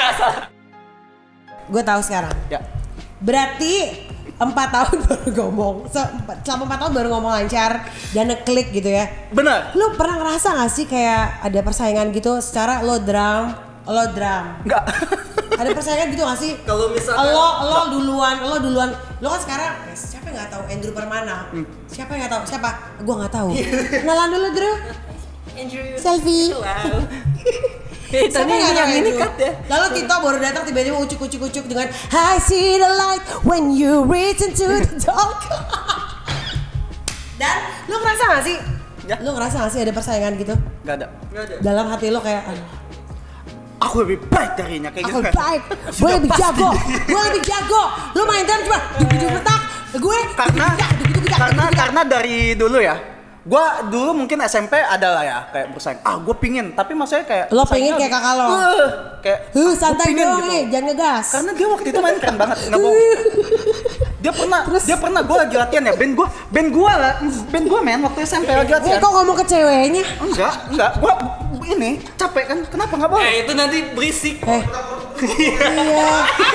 Gue tahu sekarang. Ya. Berarti 4 tahun baru ngomong. Selama 4 tahun baru ngomong lancar dan ngeklik gitu ya. Bener. Lu pernah ngerasa gak sih kayak ada persaingan gitu secara lo drum? Enggak. Ada persaingan gitu gak sih? Kalau misalkan lo duluan. Lo kan sekarang siapa yang nggak tahu Andrew Permana? Siapa yang nggak tahu? Siapa? Gua nggak tahu. Kenalan dulu, Drew. Andrew, Selfie. wow. Siapa yang nggak tahu ini Andrew? cut ya. Lalu Tito baru datang tiba-tiba ucuk dengan I see the light when you reach into the dark. Dan lo ngerasa gak sih? Ya. Lo ngerasa gak sih ada persaingan gitu? Enggak ada. Nggak ada. Dalam hati lo kayak Aku lebih baik darinya kayak aku gitu. baik, gue lebih jago, lo main drum cuma duk petak, gue Karena dari dulu ya, gua dulu mungkin SMP ada lah ya kayak bersaing. Gua pingin, tapi maksudnya kayak Lo bersaingnya pengen kayak kakak lo? kayak santai gua pingin dong nih, jangan ngegas. Karena dia waktu itu main keren banget, nggak bohong. Dia pernah gue lagi latihan ya, band gua men waktu SMP lagi latihan. Kok ngomong ke ceweknya? Enggak, gua ini capek kan, kenapa nggak boleh? Itu nanti berisik. Iya.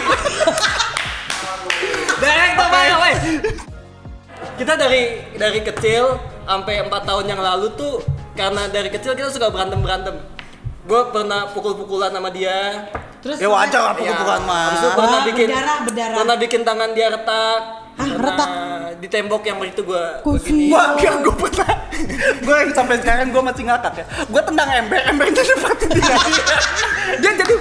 Direktur Pak. Kita dari kecil sampai 4 tahun yang lalu tuh karena dari kecil kita suka berantem. Gue pernah pukul-pukulan sama dia. Terus Ya wajar lah pukul-pukulan mah. Habis itu pernah bikin berdarah. Pernah bikin tangan dia retak. Hah, Pernah retak? Di tembok yang itu gue Kusi. Gua pernah. Gua yang sampai sekarang gua masih ngakak ya. Gua tendang ember itu dapat dia. Dia jadi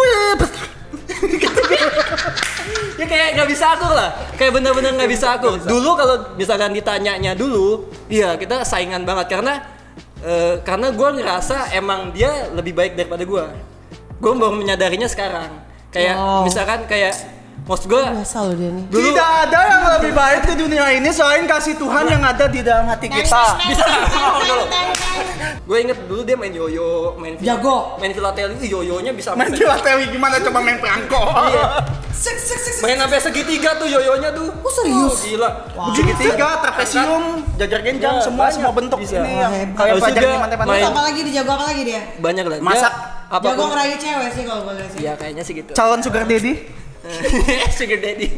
ya kayak nggak bisa akur lah, kayak bener-bener nggak bisa akur. Dulu kalau misalkan ditanyanya dulu, iya kita saingan banget karena gue ngerasa emang dia lebih baik daripada gue baru menyadarinya sekarang. Kayak misalkan kayak maksud gue Biasa lo dia nih. dulu tidak ada yang lebih baik di dunia ini selain kasih Tuhan yang ada di dalam hati kita. bisa ngomong dulu. Gue inget dulu dia main yoyo, Jago. main filateli, yoyonya bisa Main filateli gimana coba main perangko. Iya. Main sampai segitiga tuh yoyonya tuh. Oh, serius? Gila. Segitiga, trapesium, jajar genjang, Ya, semua banyak. bentuk Bisa. ini yang Hebat. kayak Habis pelajar juga di pantai-pantai. main- Terus apa lagi dia jago apa lagi dia? Banyak lah. Dia Masak. Jago apapun. ngerayu cewek sih kalau gue lihat sih. Ya kayaknya sih gitu. Calon sugar daddy. Sugar daddy.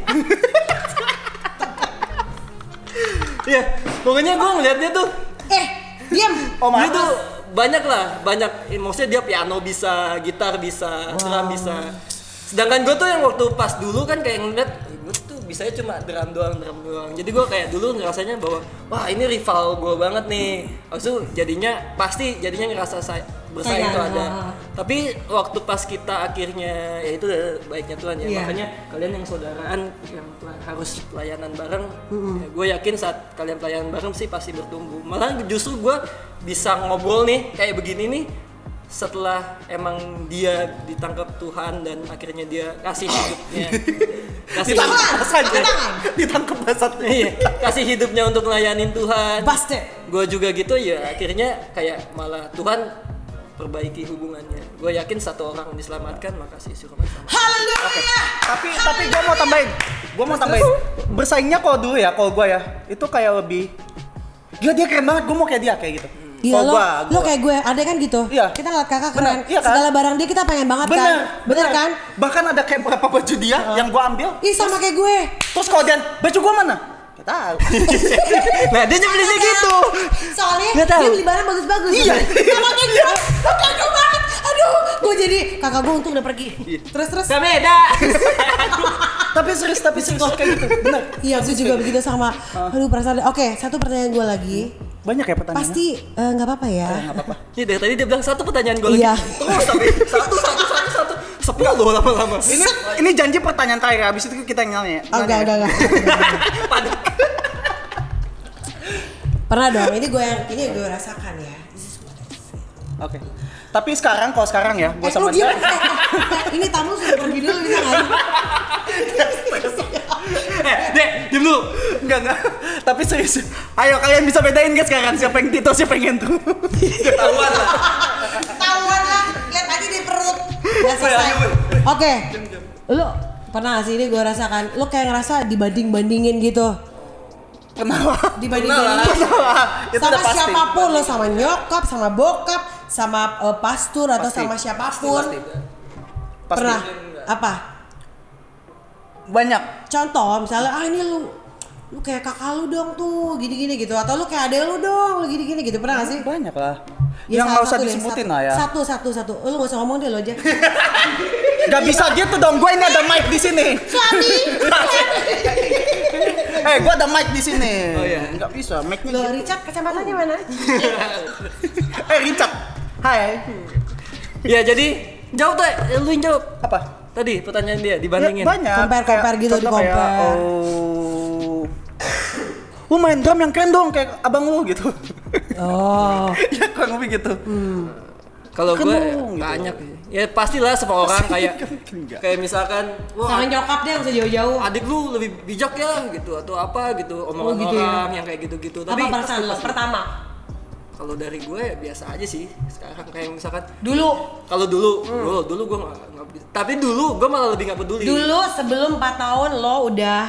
Iya, pokoknya gue ngeliat dia tuh, Diam. dia tuh banyak, maksudnya dia piano bisa, gitar bisa, drum bisa. Sedangkan gue tuh yang waktu pas dulu kan kayak ngeliat, gue tuh bisanya cuma drum doang. Jadi gue kayak dulu ngerasanya bahwa, wah ini rival gue banget nih. Habis itu jadinya ngerasa bersaing itu ada. Tapi waktu pas kita akhirnya, ya itu udah baiknya Tuhan ya. Iya. Makanya kalian yang saudaraan yang harus pelayanan bareng, ya, gue yakin saat kalian pelayanan bareng sih pasti bertumbuh. Malah justru gue bisa ngobrol nih kayak begini nih setelah emang dia ditangkap Tuhan dan akhirnya dia kasih hidupnya, Ditangkap basatnya. iya, kasih hidupnya untuk ngelayanin Tuhan. Pasti. Gue juga gitu ya, akhirnya kayak malah Tuhan perbaiki hubungannya. Gue yakin satu orang diselamatkan, makasih si Roman selamat. Haleluya. Oke. Tapi gue mau tambahin. Bersaingnya kalau dulu ya, kalau gue ya, itu kayak lebih gila dia keren banget, gue mau kayak dia kayak gitu. Gila lo kayak gue, ada kan gitu. Iya. Kita ngeliat kakak keren, Iya kan? segala barang dia kita pengen banget kan. Bener kan? Bahkan ada kayak beberapa baju dia yang gue ambil. Ih sama kayak gue. Terus kalau dia baju gue mana? Gak tahu. Nah dia nyebelinnya gitu. Soalnya Nggak tahu. dia beli barang bagus-bagus. Iya. Sama kayak gue. Kayak gue banget. Aduh, gue jadi kakak gue untung udah pergi. Terus. Gak beda. tapi serius kayak gitu. Bener. Iya, gue juga begitu sama. Aduh perasaan. Oke, satu pertanyaan gue lagi. Banyak ya pertanyaannya. Pasti nggak apa-apa ya. Nggak apa-apa. Ini dari tadi dia bilang satu pertanyaan gue lagi. Iya. Terus tapi satu. 10 lama-lama. Ini janji pertanyaan terakhir. Habis itu kita nanya. Enggak. Pernah dong. Ini gue rasakan ya. Oke. Tapi kalau sekarang ya, gue sama dia. dia. Ini tamu sudah pergi dulu bisa nggak? Dek, diam dulu. Enggak. Tapi serius. Ayo kalian bisa bedain guys sekarang siapa yang Tito, siapa yang Hendro. Ketahuan lah. Ketahuan lah. Lihat aja di perut. Udah selesai. Oke. Lu pernah gak sih ini gue rasakan? Lu kayak ngerasa dibanding-bandingin gitu. Kenapa? Dibanding-bandingin Itu sama udah pasti. siapapun lo, sama nyokap, sama bokap, sama pastur atau Pasti. sama siapapun. Pasti. Pernah? Apa? Banyak. Contoh misalnya ini lu kayak kakak lu dong tuh gini-gini gitu, atau lu kayak adek lu dong lu gini-gini gitu, pernah gak sih? Banyak lah. Ya, yang nggak usah satu deh, disebutin satu. lah ya. Satu. Lu gak usah ngomong deh lo aja. Gak bisa gitu dong. Gue ini ada mic di sini. Suami. Gue ada mic di sini. Oh iya. Nggak bisa. Mic-nya. Lo Richard kacamatanya mana? Richard. Hai. Ya jadi jawab tuh, lu yang jawab. Apa? Tadi pertanyaan dia dibandingin. Ya, banyak. Compare gitu, contoh kayak, di-compare. lu main drum yang keren dong kayak abang lu gitu. Oh. Ya kurang lebih gitu. Kalau gue Keren gitu. banyak. Ya pastilah semua orang kayak misalkan Sama nyokap dia gak usah jauh-jauh. adik lu lebih bijak ya gitu atau apa gitu omongan gitu ya. orang yang kayak gitu-gitu. Apa perasaan lo? Pertama. Kalau dari gue ya biasa aja sih. Sekarang kayak misalkan Dulu kalau dulu gue nggak begitu. Tapi dulu gue malah lebih nggak peduli. Dulu sebelum 4 tahun lo udah.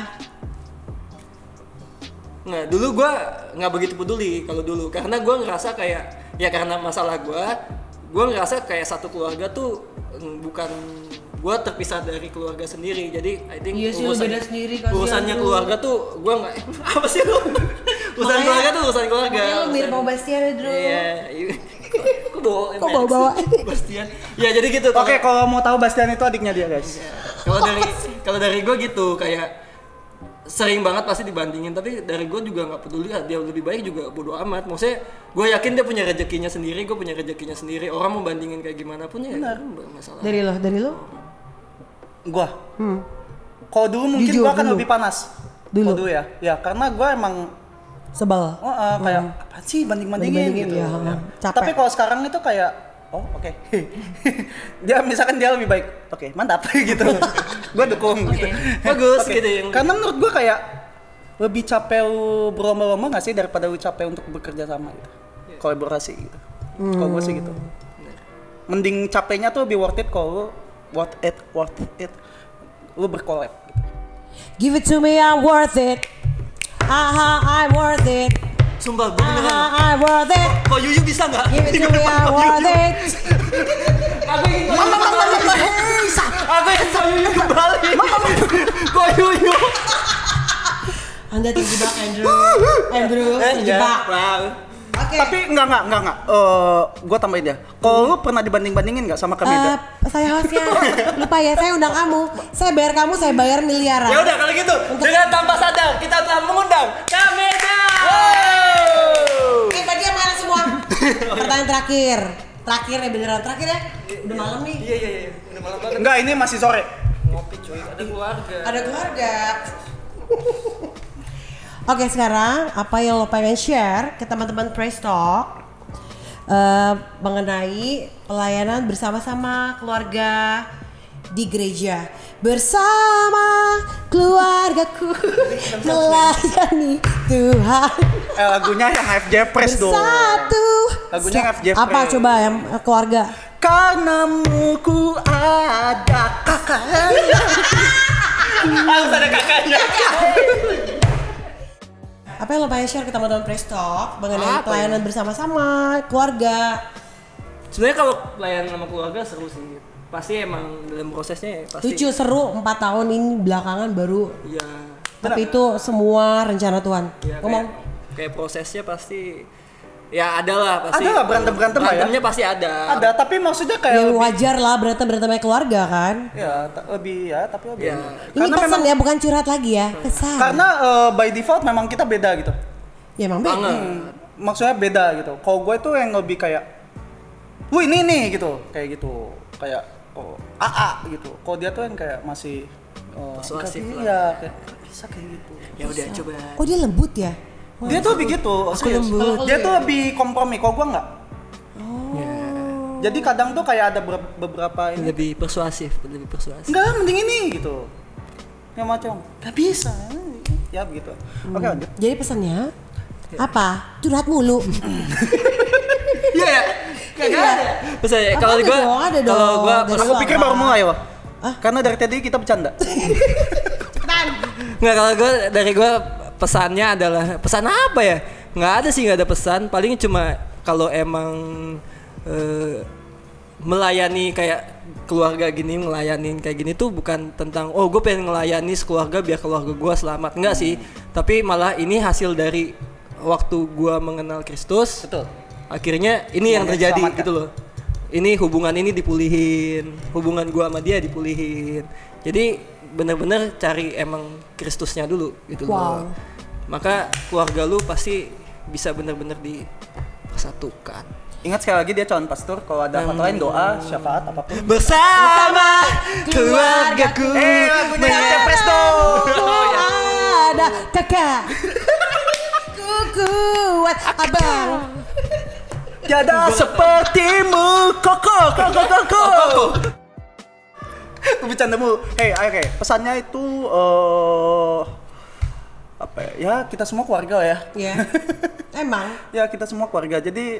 Nah dulu gue nggak begitu peduli kalau dulu karena gue ngerasa kayak ya karena masalah gue ngerasa kayak satu keluarga tuh bukan gue terpisah dari keluarga sendiri, jadi I think Iya sih, lu beda sendiri, kasihan urusannya lu. keluarga tuh gue nggak apa sih lu urusan keluarga tuh urusan keluarga. Makanya lo mirip sama Bastian ya, Bro. Iya. Kok bawa-bawa? Bastian. Ya jadi gitu. Oke, kalau mau tahu Bastian itu adiknya dia, guys. Kalau dari gue gitu kayak sering banget pasti dibandingin, tapi dari gue juga nggak peduli, dia lebih baik juga bodo amat. Maksudnya gue yakin dia punya rezekinya sendiri, gue punya rezekinya sendiri. Orang mau bandingin kayak gimana pun ya nggak masalah. Dari lo? Gua. Kalau dulu mungkin Jujur, gua akan dulu. lebih panas. Dulu. Kalau dulu ya. Ya, karena gua emang Sebel. kayak apa sih banding-bandingin gitu. ya, Ya. capek. Tapi kalau sekarang itu kayak oke. Dia misalkan dia lebih baik. Oke, mantap gitu. Gua dukung gitu. Bagus Oke. gitu yang. Karena menurut gua kayak lebih capek lu berlomba-lomba nggak sih daripada lu capek untuk bekerja sama gitu. Kolaborasi gitu. Kalau gua sih gitu. Mending capeknya tuh lebih worth it kalau lu worth it. Lu berkolab gitu. Give it to me, I'm worth it. I'm worth it. Sumpah gue beneran. I'm worth it. Kok Yuyu bisa nggak? Give it to me, I'm worth it. Aku ingin Aku ingin kok Yuyu kembali. Kok Yuyu? Anda terjebak, Andrew. Terjebak. Wow. Oke. Tapi enggak. Gua tambahin ya. Kalau lu pernah dibanding-bandingin enggak sama Kameda? Saya hostnya. Lupa ya, saya undang kamu. Saya bayar kamu, saya bayar miliaran. Ya udah kalau gitu, dengan tanpa sadar kita telah mengundang Kameda. Bagian mana semua? Pertanyaan terakhir. Terakhir ya, beneran terakhir ya. Udah malam nih. Iya. Udah malam banget. Enggak, ini masih sore. Ngopi cuy, ada keluarga. Ada keluarga. Oke, sekarang apa yang lo pengen share ke teman-teman Praise Talk mengenai pelayanan bersama-sama keluarga di gereja, bersama keluargaku melayani Tuhan. Lagunya yang FJ Press dong. Bersatu. Lagunya yang FJ Press. Apa coba yang keluarga? Karenamu ku ada kakak. Harus ada kakaknya. Apa yang lo pengen share ke teman-teman Prestock mengenai Apa pelayanan bersama-sama keluarga? Sebenarnya kalau pelayanan sama keluarga seru sih. Pasti emang dalam prosesnya ya, pasti. Lucu, seru 4 tahun ini belakangan baru. Iya. Tapi itu semua rencana Tuhan. Ya, Ngomong. kayak prosesnya pasti ya ada lah pasti. Ada lah berantem-berantem lah ya. Berantemnya pasti ada. Ada, tapi maksudnya Ya kayak wajar lah berantem-berantemnya keluarga kan. ya lebih ya, tapi lebih. Ya. Ini pesan ya, bukan curhat lagi ya. Pesan. Karena by default memang kita beda gitu. Ya emang beda. Banget. Maksudnya beda gitu. Kalau gue tuh yang lebih kayak, wih ini nih gitu, kayak gitu, kayak AA gitu. Kalau dia tuh yang kayak masih Persuasif lah. Iya, kayak bisa kayak gitu. Ya udah coba. Oh dia lembut ya? Dia tuh lebih gitu. serius. lembut. Dia tuh lebih kompromi. Kalau gue enggak. Ya. Jadi kadang tuh kayak ada beberapa ini. Lebih persuasif. Enggak, mending ini gitu. Yang macam gak bisa. Ya begitu. Oke lanjut. Jadi pesannya apa? Curhat mulu. Iya ya. Kagak ada. Pesan ya kalau Ada gua dong, ada kalau dong. gua Dari Aku pikir baru mulai loh. Hah? Karena dari tadi kita bercanda. nggak kalau gua pesannya adalah pesan apa ya? Nggak ada sih, nggak ada pesan. Paling cuma kalau emang melayani kayak keluarga gini, ngelayanin kayak gini tuh bukan tentang gue pengen ngelayani sekeluarga biar keluarga gue selamat, enggak sih, tapi malah ini hasil dari waktu gue mengenal Kristus. Betul. Akhirnya ini yang terjadi Selamatkan. gitu loh. Ini hubungan ini dipulihin, hubungan gue sama dia dipulihin. Jadi bener-bener cari emang Kristusnya dulu gitu loh. Maka keluarga lu pasti bisa bener-bener dipersatukan. Ingat sekali lagi dia calon pastor. Kalau ada hotline doa, syafaat apapun. Bersama keluargaku. Lagunya FJ Press dong. Ada kakak. Ku kuat abang. Tiada sepertimu, koko. Aku bercandamu. Hey, oke. Pesannya itu apa ya? Ya kita semua keluarga lah ya. Ya. Emang. Ya kita semua keluarga. Jadi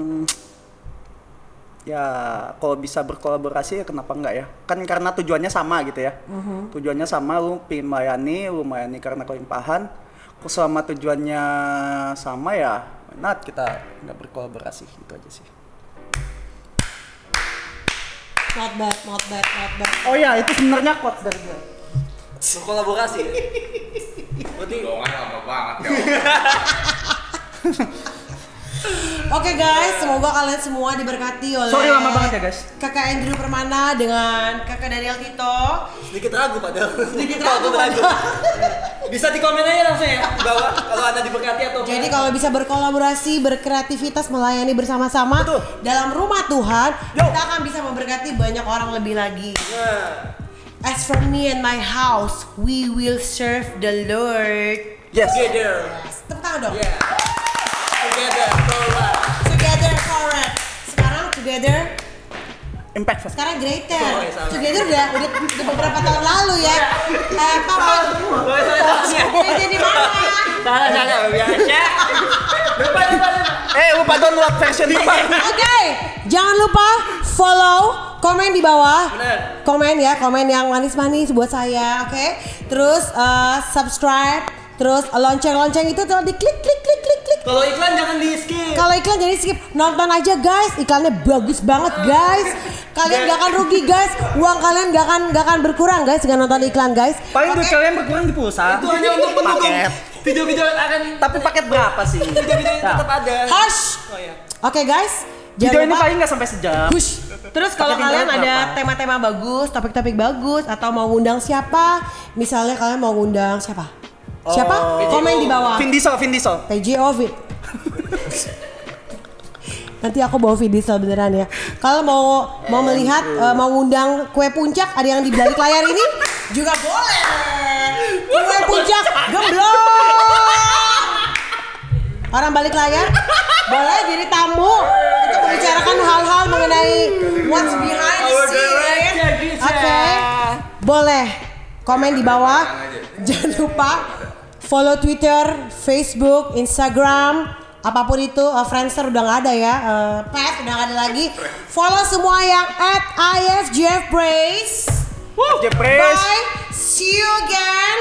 ya kalau bisa berkolaborasi ya kenapa enggak ya? Kan karena tujuannya sama gitu ya. Tujuannya sama, lu pengen melayani karena kelimpahan. Kalau selama tujuannya sama ya, kita nggak berkolaborasi gitu aja sih. Not bad. Oh ya, itu sebenarnya quotes dari gue. Berkolaborasi. Berarti Dongan lama banget ya. Oke guys, semoga kalian semua diberkati oleh Sorry lama banget ya guys. Kakak Andrew Permana dengan Kakak Daniel Tito. sedikit ragu padahal. Sedikit ragu padahal. Bisa di komen aja langsung ya di bawah kalau ada diberkati atau Jadi kalau bisa berkolaborasi, berkreativitas, melayani bersama-sama Betul. dalam rumah Tuhan, Yo. kita akan bisa memberkati banyak orang lebih lagi. As for me and my house, we will serve the Lord. Yes. together. Tepuk tangan dong. Yeah. Together. Together, correct. Sekarang together. Impact Fest. Sekarang greater. Oh, iya, salah. Together udah beberapa tahun lalu ya. Papa. Jadi di mana? Salah biasa. Lupa. Lupa download version terbaru. Oke, jangan lupa follow, komen di bawah. Bener. Komen yang manis-manis buat saya, oke? Terus subscribe, terus lonceng-lonceng itu tuh diklik. Kalau iklan jangan di skip. Kalau iklan jadi skip, nonton aja guys, iklannya bagus banget guys. Kalian gak akan rugi guys, uang kalian gak akan berkurang guys dengan nonton iklan guys. Paling duit Oke? kalian berkurang di pulsa. Itu hanya untuk pendukung. Paket. Video-video akan Tapi paket berapa sih? video-video tetap ada. Hush. Oh iya. Oke guys, Video jangan ini lupa. paling nggak sampai sejam. Hush. Terus kalau Pakai kalian internet ada berapa? tema-tema bagus, topik-topik bagus, atau mau ngundang siapa, misalnya kalian mau ngundang siapa? Siapa? Komen di bawah. Vin Diesel. PJO Vin. Nanti aku bawa Vin Diesel beneran ya. Kalau mau melihat, mau ngundang kue puncak, ada yang di balik layar ini juga boleh. Kue puncak gemblong. Orang balik layar boleh jadi tamu untuk membicarakan hal-hal mengenai what's behind the scene. Oke, boleh komen di bawah. Jangan lupa Follow Twitter, Facebook, Instagram, apapun itu. Friendster udah nggak ada ya. Pet udah nggak ada lagi. Follow semua yang @IFJFBrace. Jepres. Bye. See you again.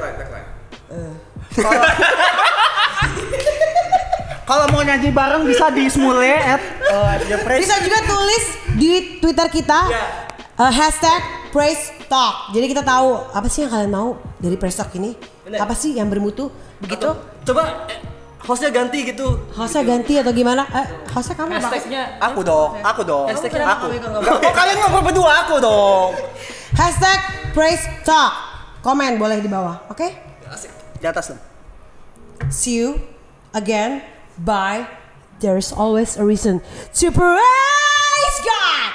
Kalau mau nyanyi bareng bisa di Smule @Jepres. Bisa juga tulis di Twitter kita #PraiseTalk. Jadi kita tahu apa sih yang kalian mau dari Praise Talk ini. Bener. Apa sih yang bermutu begitu? Coba hostnya ganti gitu. Hostnya ganti atau gimana? Hostnya kamu Bang. Hashtagnya Aku dong. Hashtagnya Aku. Kok kalian ngobrol berdua aku dong. #PraiseTalk. Komen boleh di bawah, oke? Di atas dong. See you again. Bye. There's always a reason to praise God.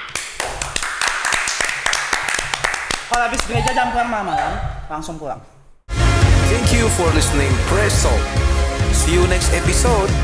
Kalau habis gereja jam pulang mama kan, langsung pulang. Thank you for listening Praise Talk. See you next episode.